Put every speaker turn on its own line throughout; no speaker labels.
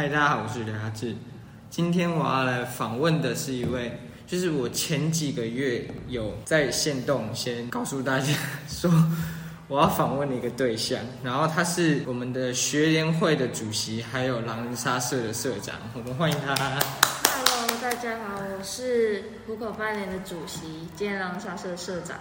嗨，大家好，我是刘亚志。今天我要来访问的是一位，就是我前几个月有在限动先告诉大家说我要访问的一个对象，然后他是我们的学联会的主席，还有狼人杀社的社长，我们欢迎他。
Hello， 大家好，我是虎口班联的主席兼狼人杀社的社长。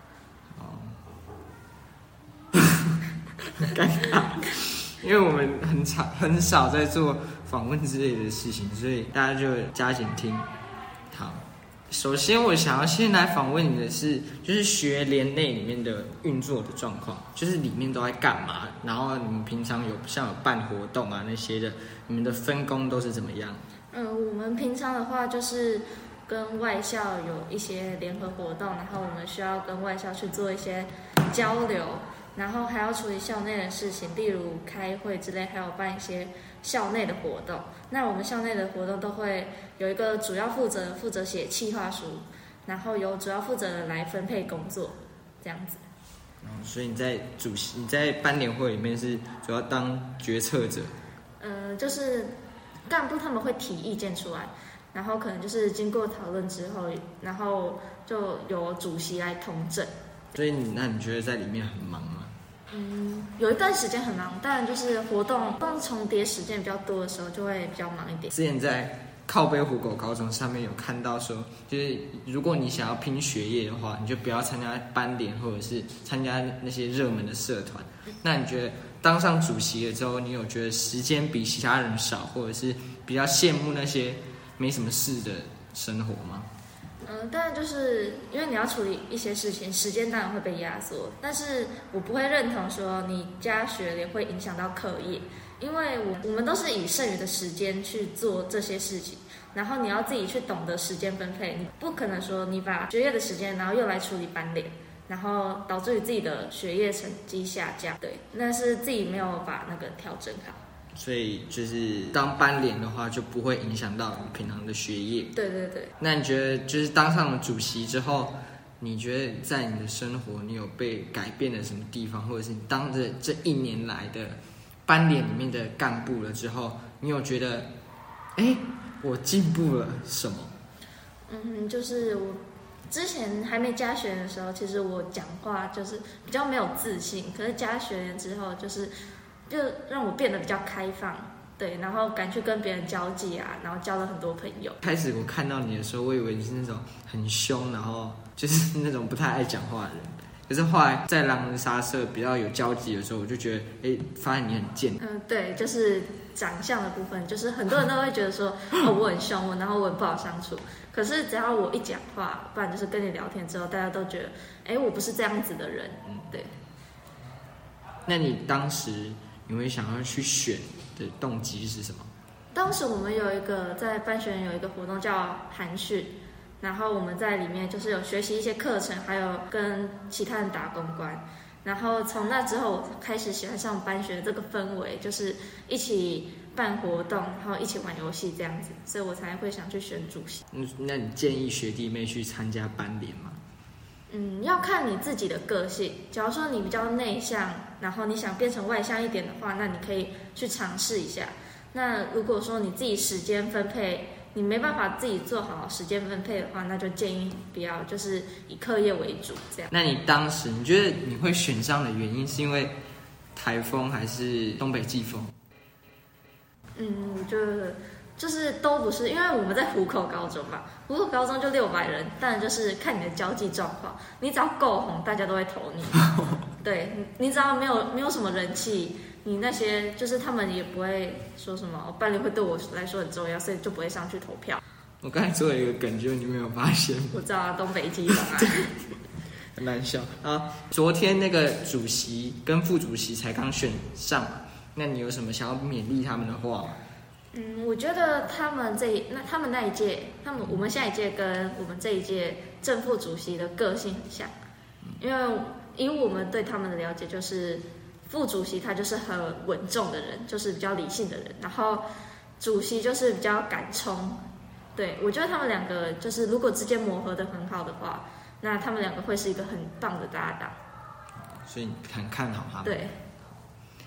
尴尬，因为我们很少在做访问之类的事情，所以大家就加紧听。好，首先我想要先来访问你的是，就是学联内里面的运作的状况，就是里面都在干嘛，然后你们平常有办活动啊那些的，你们的分工都是怎么样？
我们平常的话就是跟外校有一些联合活动，然后我们需要跟外校去做一些交流。然后还要处理校内的事情，例如开会之类，还有办一些校内的活动。那我们校内的活动都会有一个主要负责写企划书，然后由主要负责人来分配工作，这样子。
所以你在班联会里面是主要当决策者。
就是干部他们会提意见出来，然后可能就是经过讨论之后，然后就由主席来统整。
所以你觉得在里面很忙吗？
有一段时间很忙，当然就是活动重叠时间比较多的时候，就会比较忙一点。
之前在靠北虎口高中上面有看到说，就是如果你想要拼学业的话，你就不要参加班联或者是参加那些热门的社团。那你觉得当上主席了之后，你有觉得时间比其他人少，或者是比较羡慕那些没什么事的生活吗？
当然就是因为你要处理一些事情，时间当然会被压缩。但是我不会认同说你加学联会影响到课业，因为我们都是以剩余的时间去做这些事情，然后你要自己去懂得时间分配，你不可能说你把学业的时间，然后又来处理班联，然后导致于自己的学业成绩下降。对，那是自己没有把那个调整好。
所以就是当班联的话，就不会影响到你平常的学业。
对对对。
那你觉得就是当上了主席之后，你觉得在你的生活，你有被改变了什么地方，或者是你当着这一年来的班联里面的干部了之后，你有觉得，我进步了什么？
就是我之前还没加学联的时候，其实我讲话就是比较没有自信，可是加学联之后，就让我变得比较开放，对，然后敢去跟别人交际啊，然后交了很多朋友。
开始我看到你的时候，我以为你是那种很凶，然后就是那种不太爱讲话的人。可是后来在狼人杀社比较有交集的时候，我就觉得，发现你很贱。
对，就是长相的部分，就是很多人都会觉得说，我很凶，然后我很不好相处。可是只要我一讲话，不然就是跟你聊天之后，大家都觉得，我不是这样子的人。对。
那你当时你会想要去选的动机是什么？
当时我们在班学有一个活动叫寒训，然后我们在里面就是有学习一些课程，还有跟其他人打公关。然后从那之后，我开始喜欢上班学这个氛围，就是一起办活动，然后一起玩游戏这样子，所以我才会想去选主席。
那你建议学弟妹去参加班联吗？
要看你自己的个性。假如说你比较内向，然后你想变成外向一点的话，那你可以去尝试一下。那如果说你自己时间分配，你没办法自己做好时间分配的话，那就建议不要，就是以课业为主这样。
那你当时你觉得你会选上的原因是因为台风还是东北季风？
我觉得就是都不是，因为我们在虎口高中嘛，虎口高中就600人，当然就是看你的交际状况，你只要够红，大家都会投你。对，你只要没有什么人气，你那些就是他们也不会说什么班联会对我来说很重要，所以就不会上去投票。
我刚才做了一个梗，就你没有发现？
我知道啊，东北季风啊。
很难笑啊！昨天那个主席跟副主席才刚选上，那你有什么想要勉励他们的话吗？
我觉得他们那一届，我们下一届跟我们这一届正副主席的个性很像，因为以我们对他们的了解，就是副主席他就是很稳重的人，就是比较理性的人，然后主席就是比较敢冲。对，我觉得他们两个就是如果之间磨合得很好的话，那他们两个会是一个很棒的搭档。
所以你很看好他们。
对。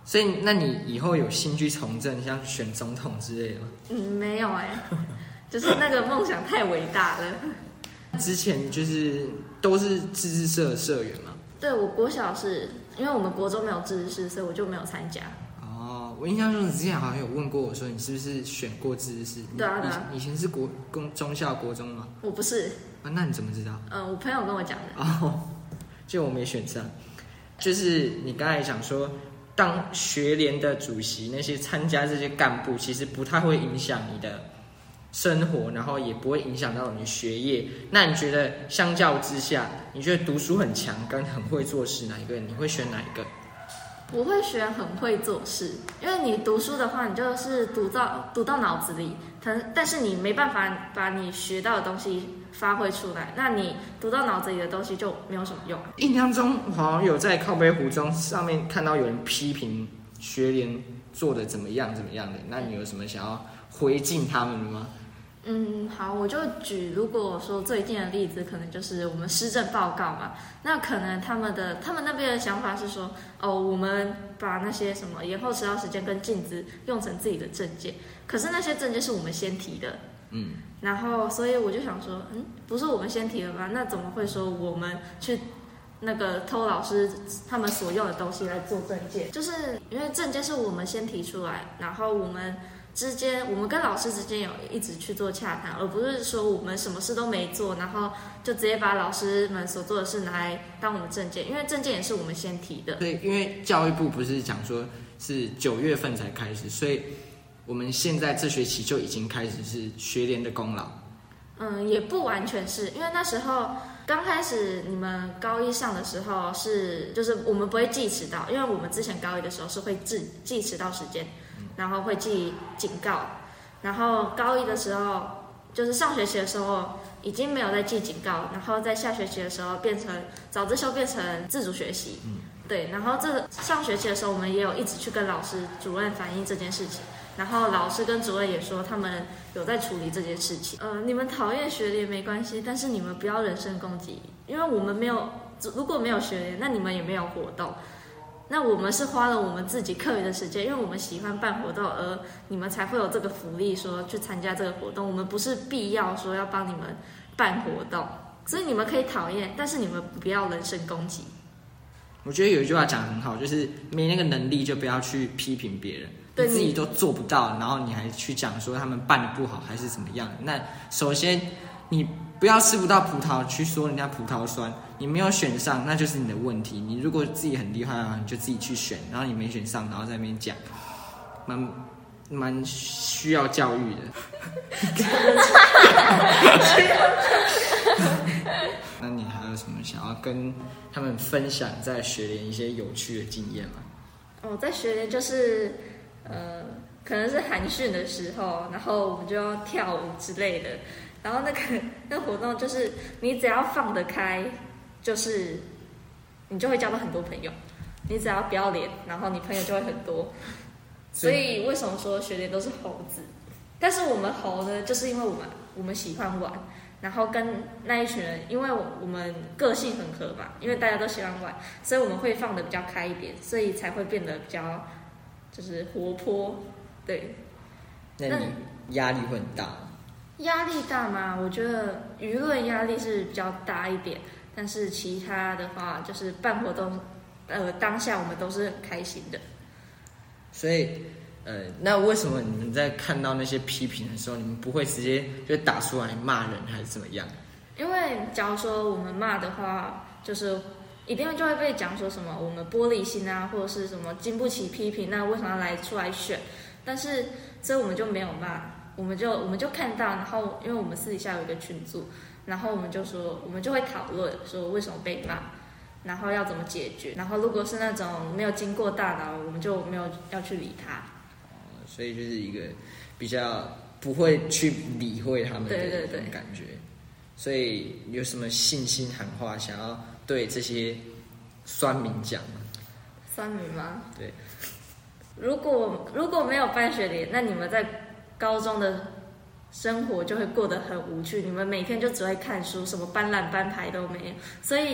所以那你以后有兴趣从政，像选总统之类的吗？
没有就是那个梦想太伟大了。
之前就是都是自治社的社员嘛。
对，我国小是因为我们国中没有自治市，所以我就没有参加。
我印象中你之前好像有问过我说你是不是选过自治市？
对啊。
以前是中校国中吗？
我不是。
那你怎么知道？
我朋友跟我讲的。
就我没选上。就是你刚才讲说，当学联的主席，那些参加这些干部，其实不太会影响你的生活，然后也不会影响到你的学业。那你觉得相较之下，你觉得读书很强跟很会做事哪一个？你会选哪一个？
我会选很会做事，因为你读书的话，你就是读到脑子里，但是你没办法把你学到的东西发挥出来，那你读到脑子里的东西就没有什么用。
印象中我好像有在靠北湖中上面看到有人批评学联做的怎么样的，那你有什么想要回敬他们的吗？
好，我就举如果说最近的例子，可能就是我们施政报告嘛。那可能他们那边的想法是说，我们把那些什么延后迟到时间跟禁止用成自己的政见，可是那些政见是我们先提的。然后所以我就想说，不是我们先提的吗？那怎么会说我们去那个偷老师他们所用的东西来做政见？就是因为政见是我们先提出来，然后我们跟老师之间有一直去做洽谈，而不是说我们什么事都没做，然后就直接把老师们所做的事拿来当我们政见，因为政见也是我们先提的。
对，因为教育部不是讲说是9月份才开始，所以我们现在这学期就已经开始是学联的功劳。
也不完全是，因为那时候刚开始你们高一上的时候就是我们不会记迟到，因为我们之前高一的时候是会记迟到时间。然后会记警告，然后高一的时候，就是上学期的时候已经没有再记警告，然后在下学期的时候变成早自修变成自主学习，对，然后上学期的时候我们也有一直去跟老师主任反映这件事情，然后老师跟主任也说他们有在处理这件事情。你们讨厌学联没关系，但是你们不要人身攻击，因为我们如果没有学联，那你们也没有活动。那我们是花了我们自己课余的时间，因为我们喜欢办活动，而你们才会有这个福利说去参加这个活动。我们不是必要说要帮你们办活动，所以你们可以讨厌，但是你们不要人身攻击。
我觉得有一句话讲得很好，就是没那个能力就不要去批评别人，你自己都做不到，然后你还去讲说他们办得不好还是怎么样。那首先你不要吃不到葡萄去说人家葡萄酸，你没有选上那就是你的问题。你如果自己很厉害啊，你就自己去选，然后你没选上，然后在那边讲，蛮需要教育的。那你还有什么想要跟他们分享在学联一些有趣的经验吗？
在学联就是可能是寒训的时候，然后我们就要跳舞之类的。然后那活动就是你只要放得开，就是你就会交到很多朋友。你只要不要脸，然后你朋友就会很多。所以为什么说学联都是猴子？但是我们猴呢，就是因为我们喜欢玩，然后跟那一群人，因为我们个性很合嘛，因为大家都喜欢玩，所以我们会放得比较开一点，所以才会变得比较就是活泼。对。
那你压力会很大吗？
压力大吗？我觉得舆论压力是比较大一点，但是其他的话就是办活动，当下我们都是很开心的。
所以，那为什么你们在看到那些批评的时候，你们不会直接就打出来骂人还是怎么样？
因为假如说我们骂的话，就是一定就会被讲说什么我们玻璃心啊，或者是什么经不起批评，那为什么要出来选？但是所以我们就没有骂。我们就看到，然后因为我们私底下有一个群组，然后我们就会讨论说为什么被骂，然后要怎么解决。然后如果是那种没有经过大脑，我们就没有要去理他。
所以就是一个比较不会去理会他们的那种感觉。所以有什么信心喊话想要对这些酸民讲吗？
酸民吗？
对。
如果没有办学联，那你们在高中的生活就会过得很无趣，你们每天就只会看书，什么班篮班排都没有。所以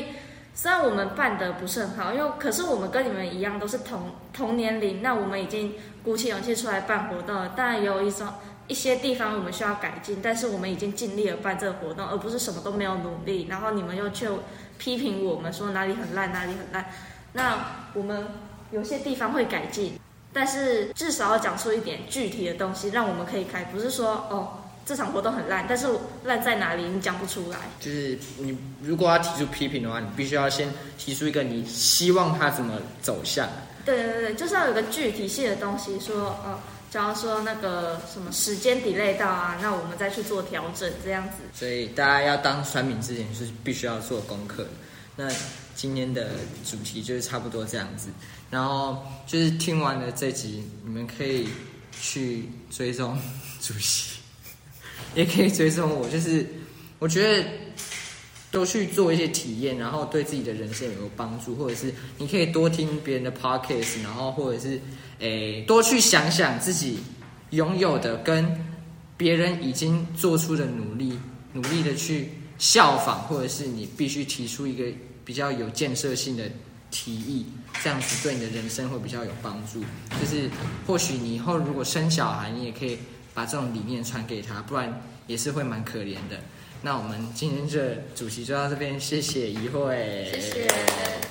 虽然我们办的不是很好，可是我们跟你们一样都是同年龄，那我们已经鼓起勇气出来办活动了。当然也有一些地方我们需要改进，但是我们已经尽力了办这个活动，而不是什么都没有努力，然后你们又却批评我们说哪里很烂哪里很烂。那我们有些地方会改进，但是至少要讲出一点具体的东西，让我们可以开，不是说这场活动很烂，但是烂在哪里你讲不出来。
就是你如果要提出批评的话，你必须要先提出一个你希望它怎么走向。
对，就是要有个具体性的东西，说假如说那个什么时间 delay 到啊，那我们再去做调整这样子。
所以大家要当酸民之前是必须要做功课的。那今天的主题就是差不多这样子，然后就是听完了这集，你们可以去追踪主席，也可以追踪我，就是我觉得都去做一些体验，然后对自己的人生有帮助，或者是你可以多听别人的 podcast， 然后或者是多去想想自己拥有的跟别人已经做出的努力的去效仿，或者是你必须提出一个比较有建设性的提议，这样子对你的人生会比较有帮助。就是或许你以后如果生小孩，你也可以把这种理念传给他，不然也是会蛮可怜的。那我们今天这主题就到这边，谢谢怡慧，
谢谢。